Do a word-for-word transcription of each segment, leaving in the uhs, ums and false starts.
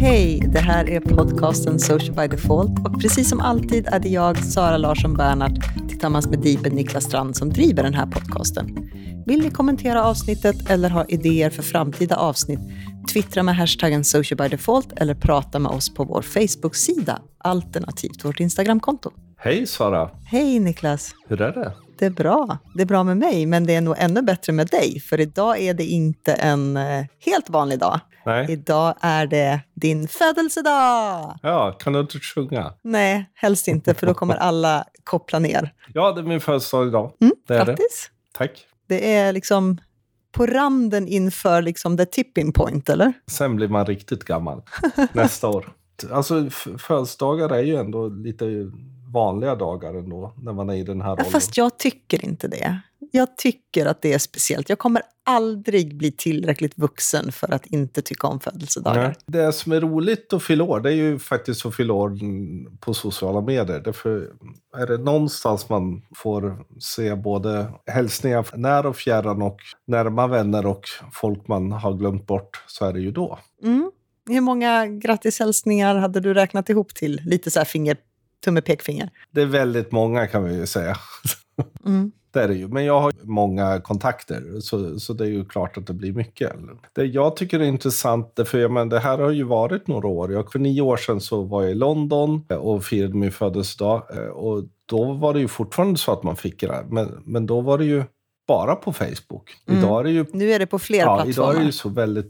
Hej, det här är podcasten Social by Default och precis som alltid är det jag, Sara Larsson Bernhardt, tillsammans med Deepen Niklas Strand som driver den här podcasten. Vill ni kommentera avsnittet eller ha idéer för framtida avsnitt? Twittra med hashtaggen Social by Default eller prata med oss på vår Facebook-sida, alternativt vårt Instagram-konto. Hej Sara! Hej Niklas! Hur är det? Det är bra. Det är bra med mig, men det är nog ännu bättre med dig. För idag är det inte en eh, helt vanlig dag. Nej. Idag är det din födelsedag! Ja, kan du inte sjunga? Nej, helst inte, för då kommer alla koppla ner. Ja, det är min födelsedag idag. Mm, det är grattis! det. Tack! Det är liksom på randen inför liksom the tipping point, eller? Sen blir man riktigt gammal nästa år. Alltså, f- födelsedagar är ju ändå lite vanliga dagar ändå, när man är i den här Ja, åldern. fast jag tycker inte det. Jag tycker att det är speciellt. Jag kommer aldrig bli tillräckligt vuxen för att inte tycka om födelsedagar. Nej. Det som är roligt att fylla år, det är ju faktiskt att fylla år på sociala medier. Därför är det någonstans man får se både hälsningar när och fjärran och närma vänner och folk man har glömt bort, så är det ju då. Mm. Hur många grattishälsningar hade du räknat ihop till? Lite så här finger, tumme, pekfinger. Det är väldigt många, kan vi ju säga. Mm. Det är det ju. Men jag har många kontakter, så, så det är ju klart att det blir mycket. Det jag tycker är intressant, för jag men, det här har ju varit några år. Jag, för nio år sedan så var jag i London och firade min födelsedag. Och då var det ju fortfarande så att man fick det. Men, men då var det ju bara på Facebook. Mm. Idag är det ju, Nu är det på fler ja, plattformar. idag är det ju så väldigt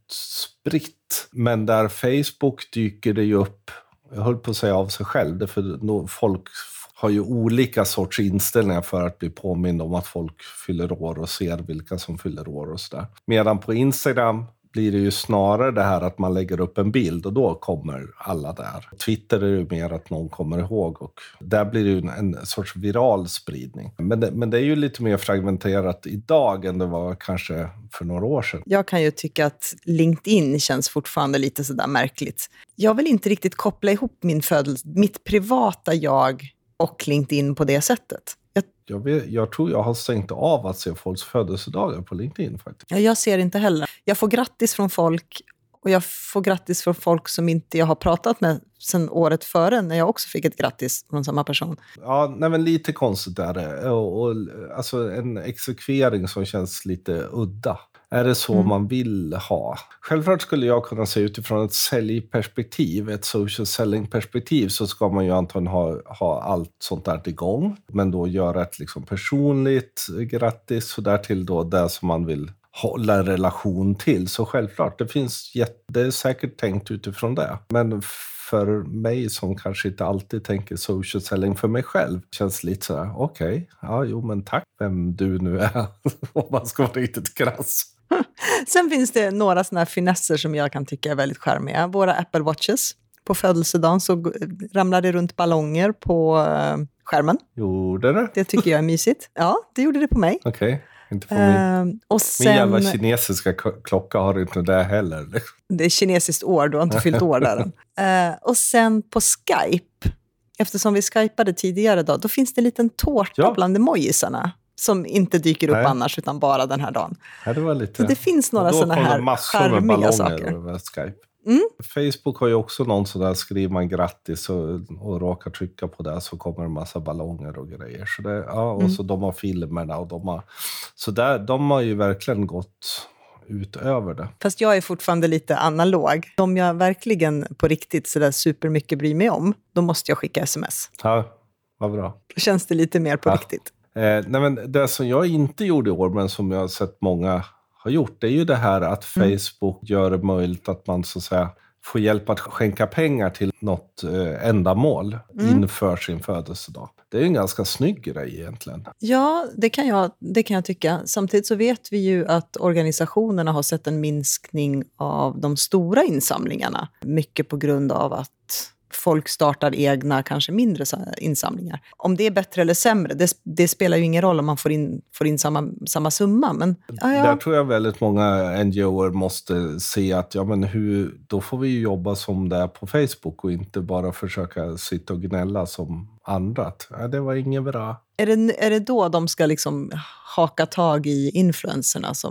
utspritt. Men där Facebook dyker det ju upp, jag höll på att säga av sig själv. Därför no, folk har ju olika sorts inställningar för att bli påmind om att folk fyller år och ser vilka som fyller år och sådär. Medan på Instagram blir det ju snarare det här att man lägger upp en bild och då kommer alla där. Twitter är det ju mer att någon kommer ihåg och där blir det ju en, en sorts viral spridning. Men det, men det är ju lite mer fragmenterat idag än det var kanske för några år sedan. Jag kan ju tycka att LinkedIn känns fortfarande lite sådär märkligt. Jag vill inte riktigt koppla ihop min födelse, mitt privata jag och LinkedIn på det sättet. Jag, Jag, vet, jag tror jag har stängt av att se folks födelsedagar på LinkedIn faktiskt. ja, jag ser inte heller. Jag får grattis från folk och jag får grattis från folk som inte jag har pratat med sedan året före när jag också fick ett grattis från samma person. Ja, nej, men lite konstigt är det. Och, och, alltså en exekvering som känns lite udda. Är det så mm. man vill ha? Självklart skulle jag kunna se utifrån ett säljperspektiv, ett social selling-perspektiv, så ska man ju antagligen ha, ha allt sånt där igång. Men då göra ett liksom personligt grattis och därtill då det som man vill hålla en relation till. Så självklart, det finns jätte, det är säkert tänkt utifrån det. Men för mig som kanske inte alltid tänker social selling för mig själv känns lite så här, okej, okay, ja jo men tack vem du nu är om man ska vara riktigt krass. Sen finns det några såna här finesser som jag kan tycka är väldigt charmiga. Våra Apple Watches. På födelsedagen så ramlade det runt ballonger på skärmen. Gjorde det? Det tycker jag är mysigt. Ja, det gjorde det på mig. Okej. Okay. Inte på min. Uh, och sen, min jävla kinesiska klocka har inte det heller. Det är kinesiskt år, du har inte fyllt år där än. Uh, och sen på Skype, eftersom vi skypade tidigare då, då finns det en liten tårta ja. bland emojisarna som inte dyker upp Nej. annars utan bara den här dagen. Ja, det var lite. Så det finns några sådana här charmiga saker. Skype. Mm. Facebook har ju också någon sån där, skriver man grattis och, och råkar trycka på det så kommer en massa ballonger och grejer. Så det, ja, och mm. så de har filmerna och de har, så där, de har ju verkligen gått ut över det. Fast jag är fortfarande lite analog. Om jag verkligen på riktigt så där supermycket bryr mig om, då måste jag skicka sms. Ja, vad bra. Då känns det lite mer på ja. riktigt. Eh, nej men det som jag inte gjorde i år men som jag har sett många har gjort, det är ju det här att Facebook mm. gör det möjligt att man så att säga får hjälp att skänka pengar till något eh, ändamål mm. inför sin födelsedag. Det är ju en ganska snygg grej egentligen. Ja, det kan jag, det kan jag tycka. Samtidigt så vet vi ju att organisationerna har sett en minskning av de stora insamlingarna. Mycket på grund av att folk startar egna, kanske mindre insamlingar. Om det är bättre eller sämre, det, det spelar ju ingen roll om man får in, får in samma, samma summa. Men, ja, ja. Där tror jag väldigt många N G O:er måste se att ja, men hur, då får vi ju jobba som det är på Facebook och inte bara försöka sitta och gnälla som andra. Ja, det var inget bra. Är det, är det då de ska liksom haka tag i influencerna som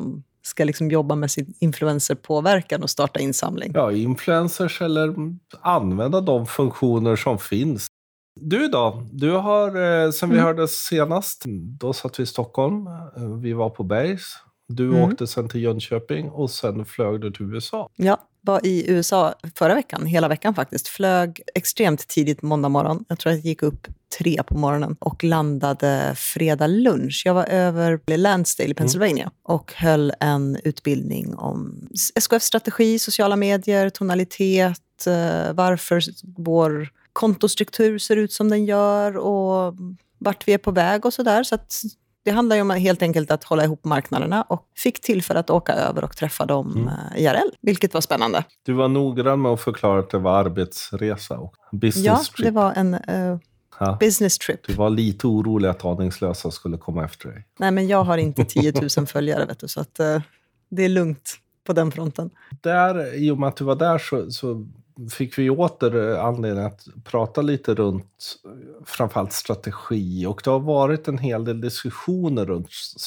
ska liksom jobba med sin influencerpåverkan och starta insamling. Ja, influencers eller använda de funktioner som finns. Du då? Du har, eh, sen vi mm. hörde senast, då satt vi i Stockholm. Vi var på Bergs. Du mm. åkte sen till Jönköping och sen flög du till U S A. Ja, var i U S A förra veckan, hela veckan faktiskt. Flög extremt tidigt måndag morgon. Jag tror att jag gick upp tre på morgonen och landade fredag lunch. Jag var över i Lansdale i Pennsylvania mm. och höll en utbildning om S K F-strategi, sociala medier, tonalitet, varför vår kontostruktur ser ut som den gör och vart vi är på väg och sådär. Så att det handlar ju om helt enkelt att hålla ihop marknaderna och fick tillfälle att åka över och träffa dem mm. I R L, vilket var spännande. Du var noggrann med att förklara att det var arbetsresa och business ja, trip. Ja, det var en uh, business trip. Du var lite orolig att aningslösa skulle komma efter dig. Nej, men jag har inte tio tusen följare, vet du, så att uh, det är lugnt på den fronten. Där, i och med att du var där så... så fick vi åter anledning att prata lite runt framförallt strategi. Och det har varit en hel del diskussioner runt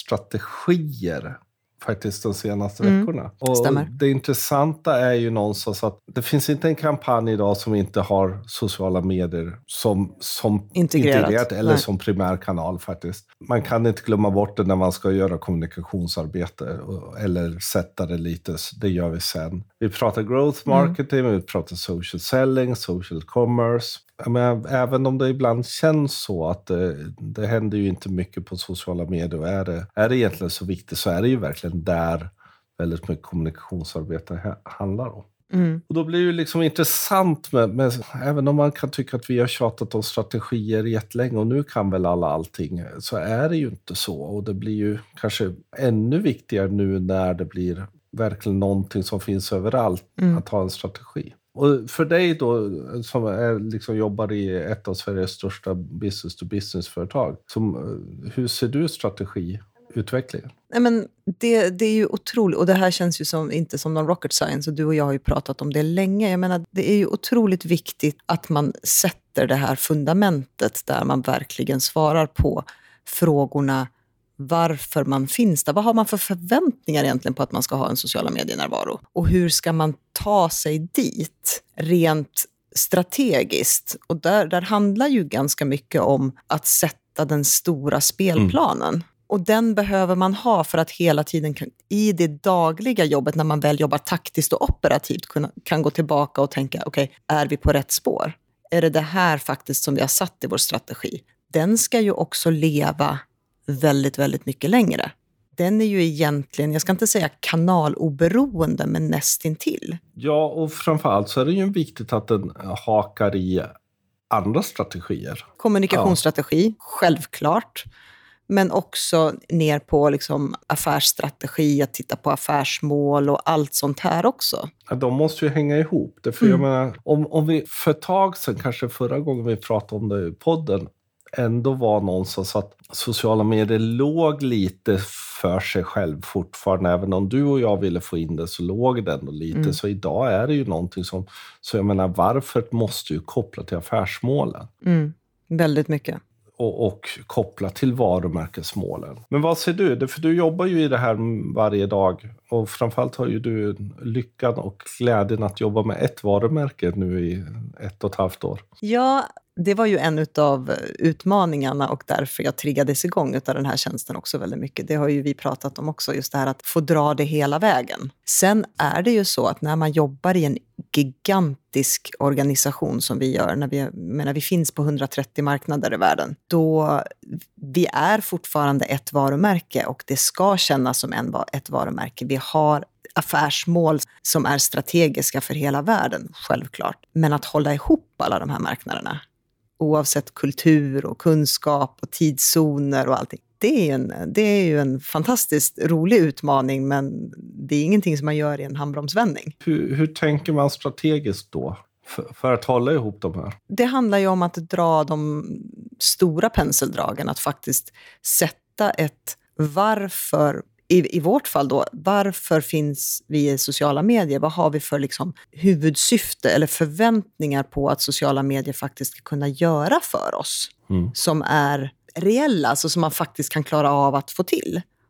strategier faktiskt de senaste mm, veckorna. Och stämmer. Det intressanta är ju någonstans att det finns inte en kampanj idag som inte har sociala medier som, som integrerat, integrerat eller Nej. som primärkanal faktiskt. Man kan inte glömma bort det när man ska göra kommunikationsarbete eller sätta det lite, det gör vi sen. Vi pratar growth marketing, mm. vi pratar social selling, social commerce. Men även om det ibland känns så att det, det händer ju inte mycket på sociala medier och är det, är det egentligen så viktigt så är det ju verkligen där väldigt mycket kommunikationsarbete handlar om. Mm. Och då blir det ju liksom intressant med, med, även om man kan tycka att vi har tjatat om strategier jättelänge och nu kan väl alla allting, så är det ju inte så. Och det blir ju kanske ännu viktigare nu när det blir verkligen någonting som finns överallt mm. att ha en strategi. Och för dig då, som är, liksom jobbar i ett av Sveriges största business-to-business-företag, som, hur ser du strategiutvecklingen? Nej, men det, det är ju otroligt, och det här känns ju som, inte som någon rocket science, och du och jag har ju pratat om det länge. Jag menar, det är ju otroligt viktigt att man sätter det här fundamentet där man verkligen svarar på frågorna varför man finns där. Vad har man för förväntningar egentligen på att man ska ha en sociala medienärvaro? Och hur ska man ta sig dit rent strategiskt? Och där, där handlar ju ganska mycket om att sätta den stora spelplanen. Mm. Och den behöver man ha för att hela tiden kan, i det dagliga jobbet, när man väl jobbar taktiskt och operativt, kunna, kan gå tillbaka och tänka, okej, okay, är vi på rätt spår? Är det det här faktiskt som vi har satt i vår strategi? Den ska ju också leva väldigt, väldigt mycket längre. Den är ju egentligen, jag ska inte säga kanaloberoende, men nästintill. Ja, och framförallt så är det ju viktigt att den hakar i andra strategier. Kommunikationsstrategi, ja. Självklart. Men också ner på liksom affärsstrategi, att titta på affärsmål och allt sånt här också. Ja, de måste ju hänga ihop. Det för mm. jag menar, om, om vi för ett tag sedan, kanske förra gången vi pratade om det i podden, ändå var någonstans att sociala medier låg lite för sig själv fortfarande. Även om du och jag ville få in det så låg det ändå lite. Mm. Så idag är det ju någonting som, så jag menar, varför måste ju koppla till affärsmålen. Mm. Väldigt mycket. Och, och koppla till varumärkesmålen. Men vad ser du? För du jobbar ju i det här varje dag. Och framförallt har ju du lyckan och glädjen att jobba med ett varumärke nu i ett och ett halvt år. Ja, det var ju en av utmaningarna och därför jag triggades igång av den här tjänsten också väldigt mycket. Det har ju vi pratat om också, just det här att få dra det hela vägen. Sen är det ju så att när man jobbar i en gigantisk organisation som vi gör, när vi, menar, vi finns på hundratrettio marknader i världen, då vi är fortfarande ett varumärke och det ska kännas som en, ett varumärke. Vi har affärsmål som är strategiska för hela världen, självklart. Men att hålla ihop alla de här marknaderna, oavsett kultur och kunskap och tidszoner och allting, det är, en, det är ju en fantastiskt rolig utmaning, men det är ingenting som man gör i en handbromsvändning. Hur, hur tänker man strategiskt då för, för att hålla ihop de här? Det handlar ju om att dra de stora penseldragen, att faktiskt sätta ett varför. I, I vårt fall då, varför finns vi i sociala medier? Vad har vi för liksom huvudsyfte eller förväntningar på att sociala medier faktiskt ska kunna göra för oss? Mm. Som är reella, alltså som man faktiskt kan klara av att få till.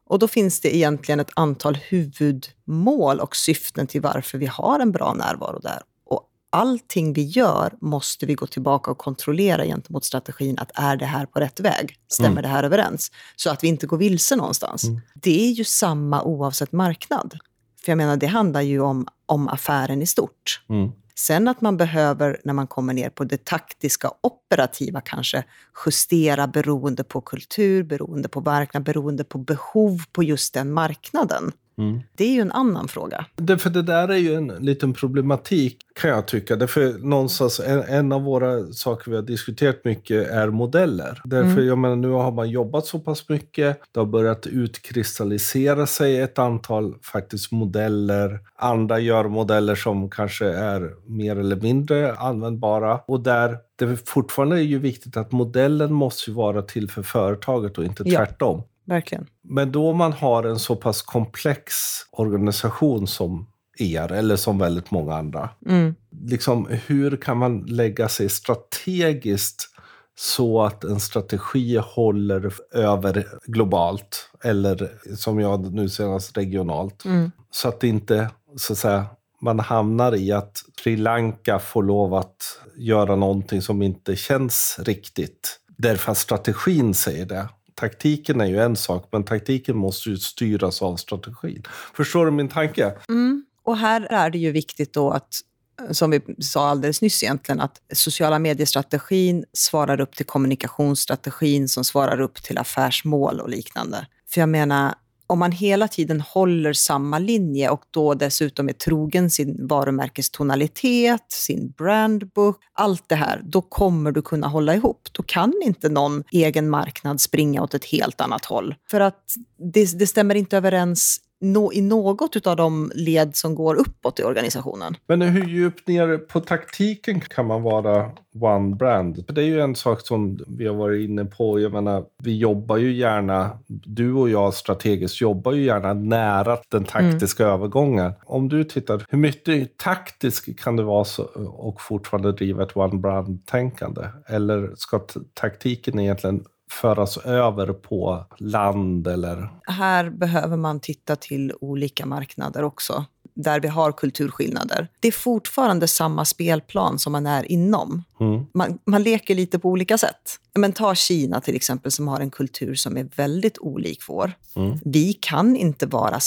Och då finns det egentligen ett antal huvudmål och syften till varför vi har en bra närvaro där. Och allting vi gör måste vi gå tillbaka och kontrollera gentemot strategin, att är det här på rätt väg? Stämmer mm. det här överens? Så att vi inte går vilse någonstans. Mm. Det är ju samma oavsett marknad. För jag menar, det handlar ju om, om affären i stort. Mm. Sen att man behöver, när man kommer ner på det taktiska, operativa kanske, justera beroende på kultur, beroende på marknad, beroende på behov på just den marknaden. Mm. Det är ju en annan fråga. Det, för det där är ju en liten problematik, kan jag tycka. Därför någonstans, en, en av våra saker vi har diskuterat mycket är modeller. Därför, mm. jag menar, nu har man jobbat så pass mycket. Det har börjat utkristallisera sig ett antal faktiskt modeller. Andra gör modeller som kanske är mer eller mindre användbara. Och där det fortfarande är ju viktigt att modellen måste vara till för företaget och inte tvärtom. Ja. Verkligen. Men då man har en så pass komplex organisation som er, eller som väldigt många andra, mm. liksom, hur kan man lägga sig strategiskt så att en strategi håller över globalt, eller som jag nu senast regionalt, mm. så att det inte, så att säga, man hamnar i att Sri Lanka får lov att göra någonting som inte känns riktigt, därför att strategin säger det. Taktiken är ju en sak, men taktiken måste ju styras av strategin. Förstår du min tanke? Mm. Och här är det ju viktigt då att, som vi sa alldeles nyss egentligen, att sociala mediestrategin svarar upp till kommunikationsstrategin som svarar upp till affärsmål och liknande. För jag menar, om man hela tiden håller samma linje och då dessutom är trogen sin varumärkestonalitet, sin brandbook, allt det här, då kommer du kunna hålla ihop. Då kan inte någon egen marknad springa åt ett helt annat håll. För att det, det stämmer inte överens no, i något av de led som går uppåt i organisationen. Men hur djupt ner på taktiken kan man vara one brand? För det är ju en sak som vi har varit inne på. Jag menar, vi jobbar ju gärna, du och jag strategiskt jobbar ju gärna nära den taktiska mm. övergången. Om du tittar, hur mycket taktisk kan det vara så, och fortfarande driva ett one brand-tänkande? Eller ska t- taktiken egentligen föras över på land? Eller? Här behöver man titta till olika marknader också, där vi har kulturskillnader. Det är fortfarande samma spelplan som man är inom. Mm. Man, man leker lite på olika sätt. Men ta Kina till exempel, som har en kultur som är väldigt olik vår. Mm. Vi kan inte vara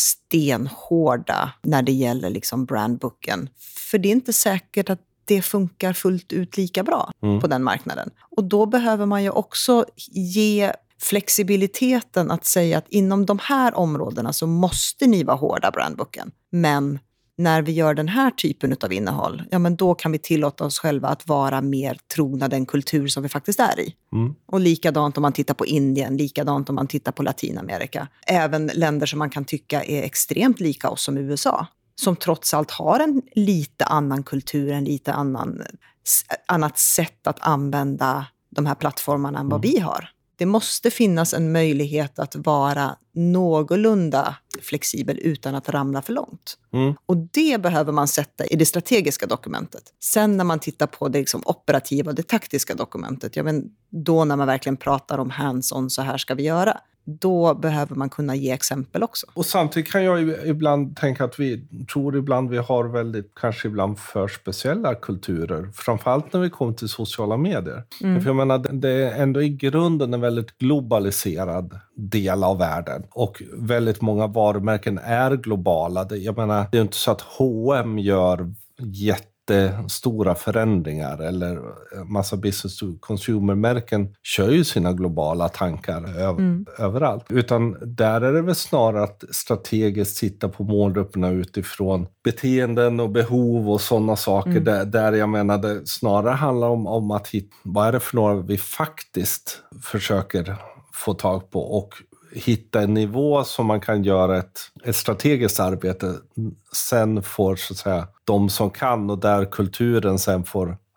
stenhårda när det gäller liksom brandbooken. För det är inte säkert att det funkar fullt ut lika bra mm. på den marknaden. Och då behöver man ju också ge flexibiliteten att säga att inom de här områdena så måste ni vara hårda brandbooken. Men när vi gör den här typen av innehåll, ja men då kan vi tillåta oss själva att vara mer trogna den kultur som vi faktiskt är i. Mm. Och likadant om man tittar på Indien, likadant om man tittar på Latinamerika. Även länder som man kan tycka är extremt lika oss som U S A. Som trots allt har en lite annan kultur, en lite annan, annat sätt att använda de här plattformarna än mm. vad vi har. Det måste finnas en möjlighet att vara någorlunda flexibel utan att ramla för långt. Mm. Och det behöver man sätta i det strategiska dokumentet. Sen när man tittar på det liksom operativa och det taktiska dokumentet, ja, men då när man verkligen pratar om hands-on, så här ska vi göra. Då behöver man kunna ge exempel också. Och samtidigt kan jag ibland tänka att vi tror ibland vi har väldigt, kanske ibland för speciella kulturer. Framförallt när vi kommer till sociala medier. Mm. För jag menar, det är ändå i grunden en väldigt globaliserad del av världen. Och väldigt många varumärken är globala. Jag menar, det är inte så att H och M gör jätte stora förändringar, eller massa business to consumer-märken kör ju sina globala tankar ö- mm. överallt. Utan där är det väl snarare att strategiskt sitta på målgrupperna utifrån beteenden och behov och sådana saker. Mm. Där, där jag menar det snarare handlar om, om att hitta, vad är det för några vi faktiskt försöker få tag på, och hitta en nivå som man kan göra ett, ett strategiskt arbete. Sen får så att säga de som kan, och där kulturen sen får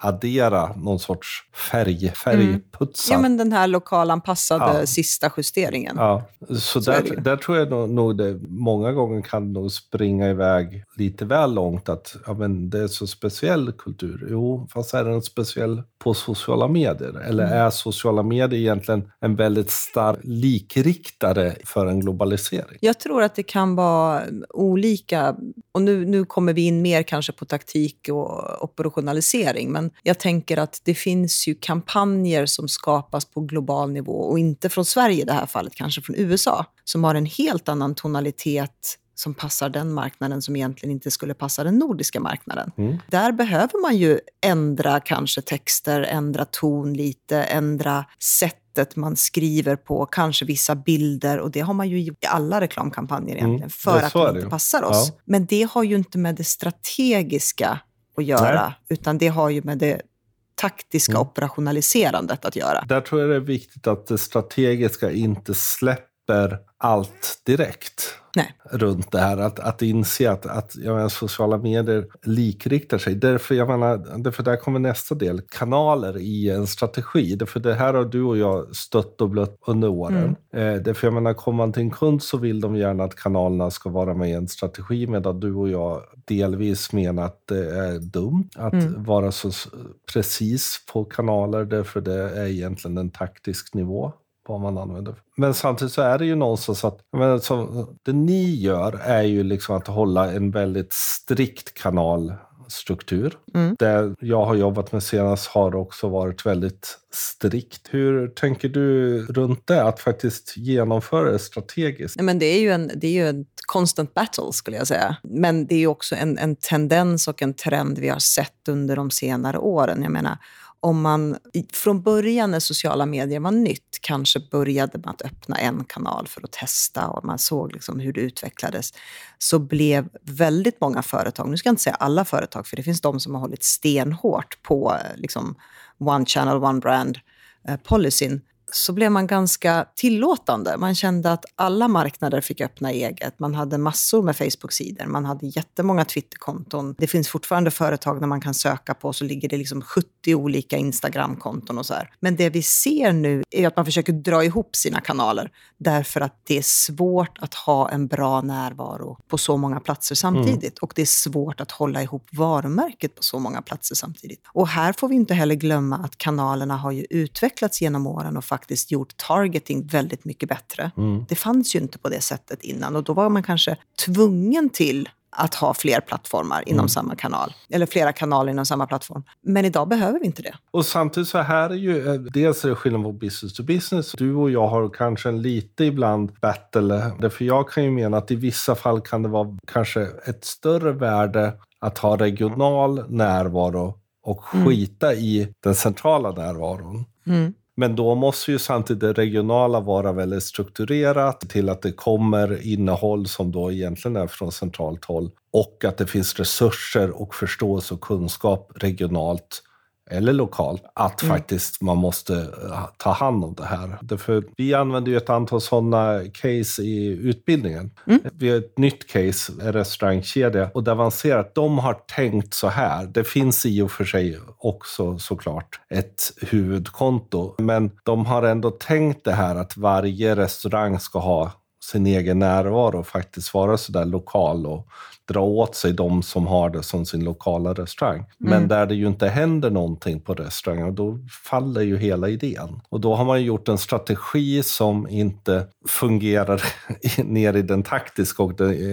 addera någon sorts färg, färgputsar. Mm. Ja, men den här lokalanpassade ja. sista justeringen. Ja, så, så där, där tror jag nog, nog det många gånger kan nog springa iväg lite väl långt att ja, men det är så speciell kultur. Jo, fast är den speciell på sociala medier? Eller mm. är sociala medier egentligen en väldigt stark likriktare för en globalisering? Jag tror att det kan vara olika, och nu, nu kommer vi in mer kanske på taktik och operationalisering, men jag tänker att det finns ju kampanjer som skapas på global nivå och inte från Sverige i det här fallet, kanske från U S A, som har en helt annan tonalitet som passar den marknaden som egentligen inte skulle passa den nordiska marknaden. Mm. Där behöver man ju ändra kanske texter, ändra ton lite, ändra sättet man skriver på, kanske vissa bilder, och det har man ju gjort i alla reklamkampanjer egentligen mm. för att det inte passar oss. Ja. Men det har ju inte med det strategiska att göra, Nej. utan det har ju med det taktiska mm. operationaliserandet att göra. Där tror jag det är viktigt att det strategiska inte släpper allt direkt. Nej. Runt det här, att, att inse att, att jag menar, sociala medier likriktar sig. Därför, jag menar, därför där kommer nästa del, kanaler i en strategi. Därför det här har du och jag stött och blött under åren. Mm. Eh, därför jag menar, kommer man till en kund så vill de gärna att kanalerna ska vara med i en strategi, medan du och jag delvis menar att det är dumt att mm. vara så precis på kanaler, därför det är egentligen en taktisk nivå. Vad man använder. Men samtidigt så är det ju någonstans att men så, det ni gör är ju liksom att hålla en väldigt strikt kanalstruktur. Mm. Det jag har jobbat med senast har också varit väldigt strikt. Hur tänker du runt det, att faktiskt genomföra det strategiskt? Nej, men det är ju en, det är ju en constant battle skulle jag säga. Men det är ju också en, en tendens och en trend vi har sett under de senare åren. Jag menar, om man från början när sociala medier var nytt kanske började med att öppna en kanal för att testa och man såg liksom hur det utvecklades, så blev väldigt många företag, nu ska jag inte säga alla företag för det finns de som har hållit stenhårt på liksom one channel, one brand eh, policyn, så blev man ganska tillåtande. Man kände att alla marknader fick öppna eget. Man hade massor med Facebook-sidor. Man hade jättemånga Twitter-konton. Det finns fortfarande företag när man kan söka på, så ligger det liksom sjuttio olika Instagram-konton och så här. Men det vi ser nu är att man försöker dra ihop sina kanaler därför att det är svårt att ha en bra närvaro på så många platser samtidigt. Mm. Och det är svårt att hålla ihop varumärket på så många platser samtidigt. Och här får vi inte heller glömma att kanalerna har ju utvecklats genom åren och faktiskt gjort targeting väldigt mycket bättre. Mm. Det fanns ju inte på det sättet innan, och då var man kanske tvungen till att ha fler plattformar inom mm. samma kanal. Eller flera kanaler inom samma plattform. Men idag behöver vi inte det. Och samtidigt så här är ju, dels är det skillnad på business to business. Du och jag har kanske en lite ibland battle. Därför jag kan ju mena att i vissa fall kan det vara kanske ett större värde att ha regional närvaro och skita mm. i den centrala närvaron. Mm. Men då måste ju samtidigt det regionala vara väldigt strukturerat till att det kommer innehåll som då egentligen är från centralt håll. Och att det finns resurser och förståelse och kunskap regionalt eller lokalt att mm. faktiskt man måste ta hand om det här. Därför vi använder ju ett antal sådana case i utbildningen. Mm. Vi har ett nytt case, en restaurangkedja, och där man ser att de har tänkt så här. Det finns i och för sig också såklart ett huvudkonto, men de har ändå tänkt det här att varje restaurang ska ha sin egen närvaro och faktiskt vara så där lokal och dra åt sig de som har det som sin lokala restaurang. Mm. Men där det ju inte händer någonting på restaurangen, då faller ju hela idén. Och då har man ju gjort en strategi som inte fungerar ner i den taktiska och den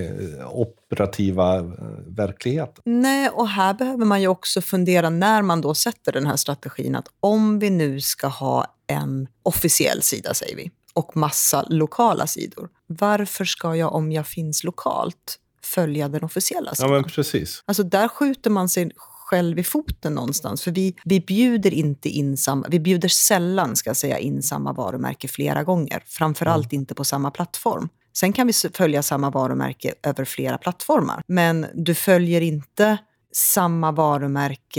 operativa verkligheten. Nej, och här behöver man ju också fundera när man då sätter den här strategin, att om vi nu ska ha en officiell sida, säger vi, och massa lokala sidor. Varför ska jag, om jag finns lokalt, följa den officiella sidan? Ja, men precis. Alltså där skjuter man sig själv i foten någonstans. För vi, vi bjuder inte in samma, vi bjuder sällan, ska jag säga, in samma varumärke flera gånger. Framförallt mm. inte på samma plattform. Sen kan vi följa samma varumärke över flera plattformar. Men du följer inte samma varumärke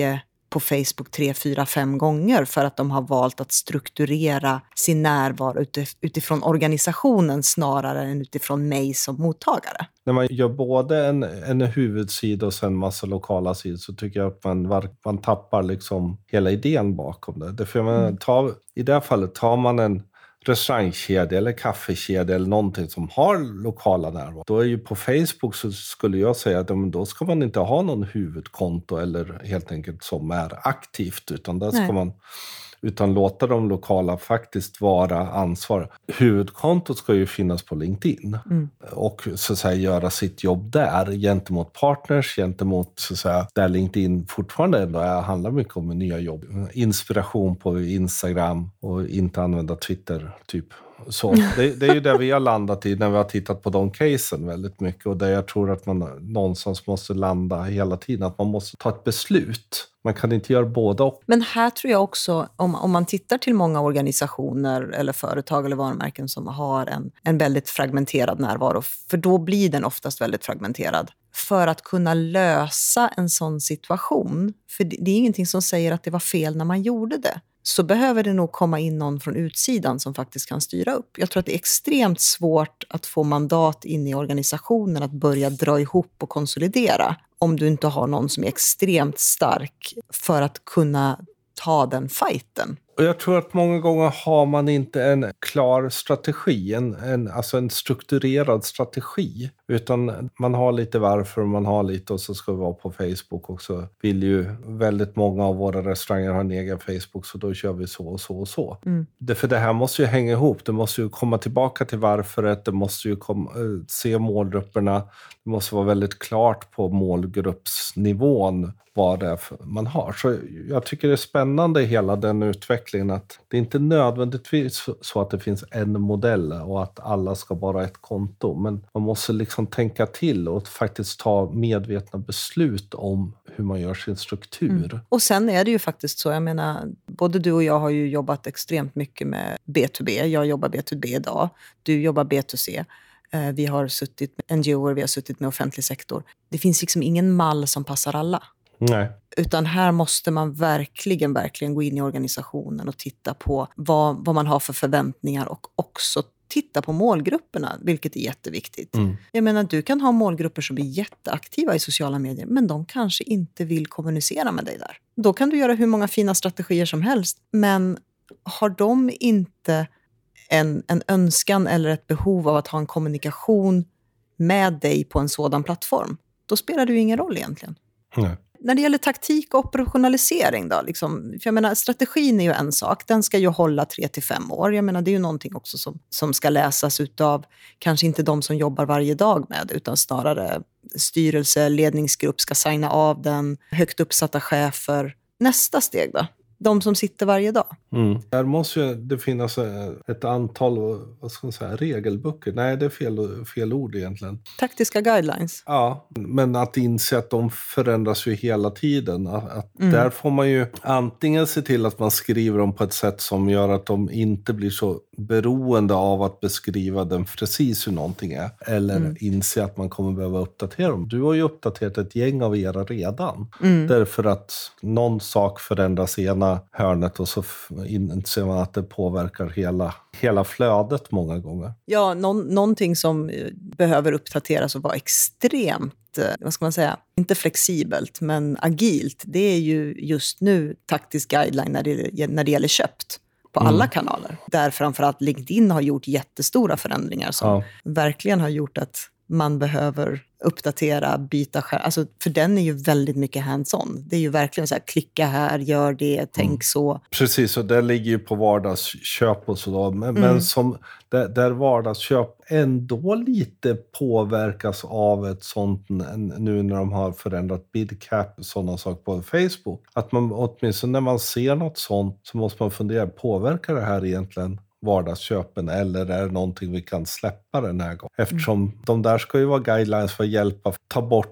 på Facebook tre, fyra, fem gånger för att de har valt att strukturera sin närvaro utifrån organisationen snarare än utifrån mig som mottagare. När man gör både en, en huvudsida och sen massa lokala sidor så tycker jag att man, man tappar liksom hela idén bakom det. Därför man mm. tar, i det här fallet tar man en restaurangkedja eller kaffekedja eller någonting som har lokala närvaro. Då är ju på Facebook så skulle jag säga att då ska man inte ha någon huvudkonto eller helt enkelt som är aktivt, utan där ska Nej. man utan låta de lokala faktiskt vara ansvar. Huvudkontot ska ju finnas på LinkedIn mm. och så att säga göra sitt jobb där gentemot partners, gentemot så att säga där LinkedIn fortfarande ändå är, handlar mycket om nya jobb. Inspiration på Instagram och inte använda Twitter typ. Så det, det är ju det vi har landat i när vi har tittat på de casen väldigt mycket, och där jag tror att man någonstans måste landa hela tiden, att man måste ta ett beslut. Man kan inte göra båda. Och. Men här tror jag också, om, om man tittar till många organisationer eller företag eller varumärken som har en, en väldigt fragmenterad närvaro, för då blir den oftast väldigt fragmenterad. För att kunna lösa en sån situation, för det, det är ingenting som säger att det var fel när man gjorde det, så behöver det nog komma in någon från utsidan som faktiskt kan styra upp. Jag tror att det är extremt svårt att få mandat in i organisationen att börja dra ihop och konsolidera om du inte har någon som är extremt stark för att kunna ta den fighten. Och jag tror att många gånger har man inte en klar strategi, en, en, alltså en strukturerad strategi. Utan man har lite varför, man har lite och så ska vi vara på Facebook också. Vill ju väldigt många av våra restauranger ha en egen Facebook, så då kör vi så och så och så. Mm. Det, för det här måste ju hänga ihop, det måste ju komma tillbaka till varför, det måste ju komma, se målgrupperna. Det måste vara väldigt klart på målgruppsnivån vad det är man har. Så jag tycker det är spännande hela den utvecklingen, att det är inte nödvändigtvis så att det finns en modell och att alla ska bara ha ett konto, men man måste liksom tänka till och faktiskt ta medvetna beslut om hur man gör sin struktur. Mm. Och sen är det ju faktiskt så, jag menar, både du och jag har ju jobbat extremt mycket med B to B. Jag jobbar B to B idag, du jobbar B to C. Vi har suttit med N G O-er, vi har suttit med offentlig sektor. Det finns liksom ingen mall som passar alla. Nej. Utan här måste man verkligen, verkligen gå in i organisationen och titta på vad, vad man har för förväntningar och också titta på målgrupperna, vilket är jätteviktigt. Mm. Jag menar, du kan ha målgrupper som är jätteaktiva i sociala medier, men de kanske inte vill kommunicera med dig där. Då kan du göra hur många fina strategier som helst, men har de inte en, en önskan eller ett behov av att ha en kommunikation med dig på en sådan plattform, då spelar det ju ingen roll egentligen. Nej. När det gäller taktik och operationalisering då, liksom, för jag menar, strategin är ju en sak, den ska ju hålla tre till fem år. Jag menar, det är ju någonting också som, som ska läsas utav, kanske inte de som jobbar varje dag med, utan snarare styrelse, ledningsgrupp ska signa av den, högt uppsatta chefer. Nästa steg då? De som sitter varje dag. Mm. Där måste ju det finnas ett antal, vad ska man säga, regelböcker. Nej, det är fel, fel ord egentligen. Taktiska guidelines. Ja, men att inse att de förändras ju hela tiden. Att Mm. Där får man ju antingen se till att man skriver dem på ett sätt som gör att de inte blir så beroende av att beskriva den precis hur någonting är. Eller mm. inse att man kommer behöva uppdatera dem. Du har ju uppdaterat ett gäng av era redan. Mm. Därför att någon sak förändras i ena hörnet och så inser man att det påverkar hela, hela flödet många gånger. Ja, någon, någonting som behöver uppdateras och vara extremt, vad ska man säga, inte flexibelt men agilt, det är ju just nu taktisk guideline när det, när det gäller köpt på alla mm. kanaler. Där framförallt LinkedIn har gjort jättestora förändringar som ja. verkligen har gjort att man behöver uppdatera, byta skärm. Alltså, för den är ju väldigt mycket hands-on. Det är ju verkligen så här, klicka här, gör det, tänk mm. så. Precis, och det ligger ju på vardagsköp och så. Men, mm. men som, där, där vardagsköp ändå lite påverkas av ett sånt, nu när de har förändrat bidcap och sådana saker på Facebook. Att man åtminstone när man ser något sånt så måste man fundera, påverkar det här egentligen vardagsköpen eller är det någonting vi kan släppa den här gången? Eftersom mm. de där ska ju vara guidelines för att hjälpa ta bort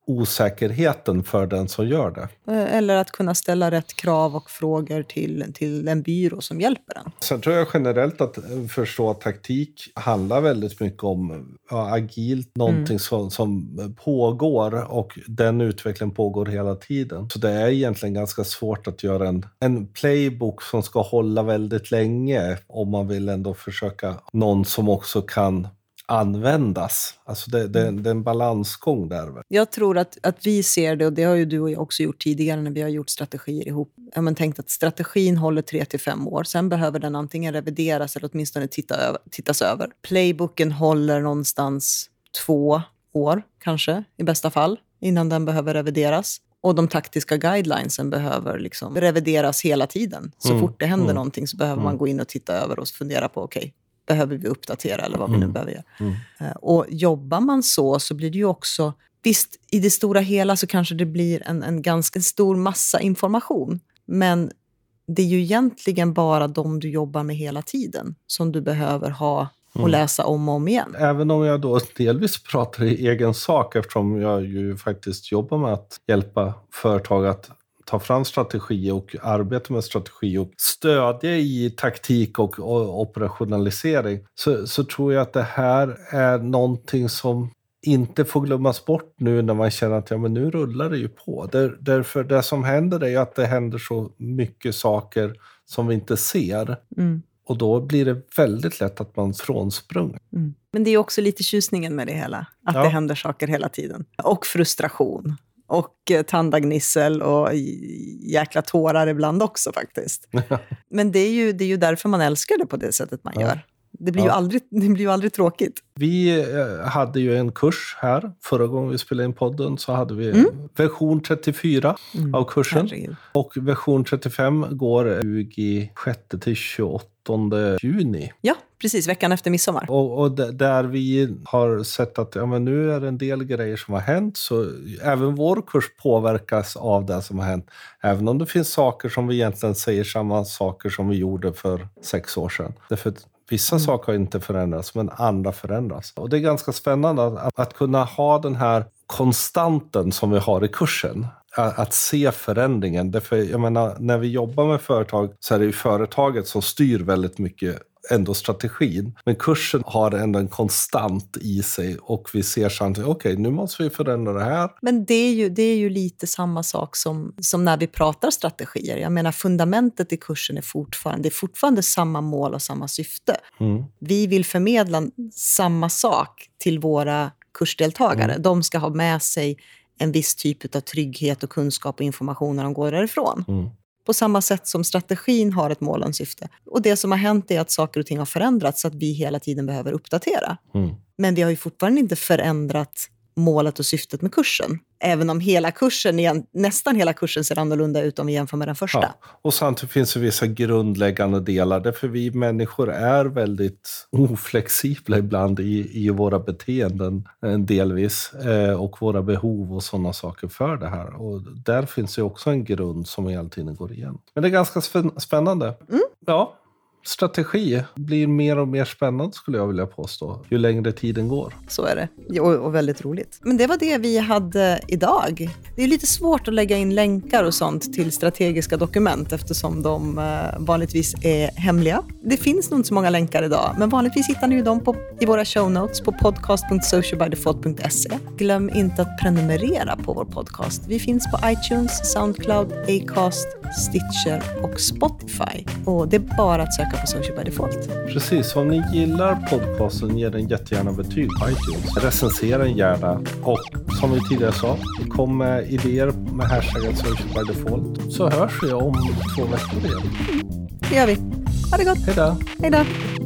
osäkerheten för den som gör det. Eller att kunna ställa rätt krav och frågor till, till en byrå som hjälper den. Sen tror jag generellt att förstå att taktik handlar väldigt mycket om ja, agilt, någonting mm. som, som pågår och den utvecklingen pågår hela tiden. Så det är egentligen ganska svårt att göra en, en playbook som ska hålla väldigt länge om man vill ändå försöka någon som också kan användas. Alltså det, det, det är en balansgång där. Jag tror att, att vi ser det, och det har ju du och jag också gjort tidigare när vi har gjort strategier ihop. Jag har tänkt att strategin håller tre till fem år. Sen behöver den antingen revideras eller åtminstone titta över, tittas över. Playbooken håller någonstans två år kanske i bästa fall innan den behöver revideras. Och de taktiska guidelinesen behöver liksom revideras hela tiden. Så mm. fort det händer mm. någonting så behöver mm. man gå in och titta över och fundera på okej, okay, behöver vi uppdatera eller vad vi nu behöver göra. Mm. Och jobbar man så så blir det ju också, visst i det stora hela så kanske det blir en, en ganska stor massa information. Men det är ju egentligen bara de du jobbar med hela tiden som du behöver ha och mm. läsa om och om igen. Även om jag då delvis pratar i egen sak eftersom jag ju faktiskt jobbar med att hjälpa företag att ta fram strategi och arbeta med strategi och stödja i taktik och, och operationalisering så, så tror jag att det här är någonting som inte får glömmas bort nu när man känner att ja, men nu rullar det ju på. Där, därför det som händer är ju att det händer så mycket saker som vi inte ser. Mm. Och då blir det väldigt lätt att man frånsprung. Mm. Men det är också lite tjusningen med det hela. Att ja. det händer saker hela tiden. Och frustration. Och tandagnissel och jäkla tårar ibland också faktiskt. Men det är, ju, det är ju därför man älskar det på det sättet man ja. gör. Det blir, ja. ju aldrig, det blir ju aldrig tråkigt. Vi hade ju en kurs här. Förra gången vi spelade in podden så hade vi mm. version trettiofyra mm. av kursen. Herregud. Och version trettiofem går tjugosjätte till tjugoåttonde juni. Ja, precis. Veckan efter midsommar. Och, och d- där vi har sett att ja, men nu är det en del grejer som har hänt. Så även vår kurs påverkas av det som har hänt. Även om det finns saker som vi egentligen säger samma saker som vi gjorde för sex år sedan. Därför att vissa mm. saker har inte förändrats, men andra förändras. Och det är ganska spännande att, att kunna ha den här konstanten som vi har i kursen. Att, att se förändringen. Därför, jag menar, när vi jobbar med företag så är det ju företaget som styr väldigt mycket ändå strategin. Men kursen har ändå en konstant i sig och vi ser samtidigt, okej, okay, nu måste vi förändra det här. Men det är ju, det är ju lite samma sak som, som när vi pratar strategier. Jag menar, fundamentet i kursen är fortfarande, det är fortfarande samma mål och samma syfte. Mm. Vi vill förmedla samma sak till våra kursdeltagare. Mm. De ska ha med sig en viss typ av trygghet och kunskap och information när de går därifrån. Mm. På samma sätt som strategin har ett mål och en syfte. Och det som har hänt är att saker och ting har förändrats så att vi hela tiden behöver uppdatera. Mm. Men vi har ju fortfarande inte förändrat målet och syftet med kursen. Även om hela kursen, igen, nästan hela kursen ser annorlunda ut om vi jämför med den första. Ja. Och samtidigt finns det vissa grundläggande delar. Därför vi människor är väldigt oflexibla ibland i, i våra beteenden delvis. Eh, och våra behov och sådana saker för det här. Och där finns ju också en grund som hela tiden går igen. Men det är ganska spännande. Mm. Ja. Strategi blir mer och mer spännande skulle jag vilja påstå, ju längre tiden går. Så är det, och, och väldigt roligt. Men det var det vi hade idag. Det är lite svårt att lägga in länkar och sånt till strategiska dokument eftersom de eh, vanligtvis är hemliga. Det finns nog inte så många länkar idag, men vanligtvis hittar ni ju dem på, i våra show notes på podcast punkt social by default punkt se. Glöm inte att prenumerera på vår podcast. Vi finns på iTunes, Soundcloud, Acast, Stitcher och Spotify. Och det är bara att söka på Social by Default. Precis, om ni gillar podcasten, ge den jättegärna betyg på iTunes. Recensera den gärna. Och som vi tidigare sa, kom med idéer med hashtaggen Social by Default. Så hörs vi om två veckor igen. Det gör vi. Ha det gott. Hej då. Hej då.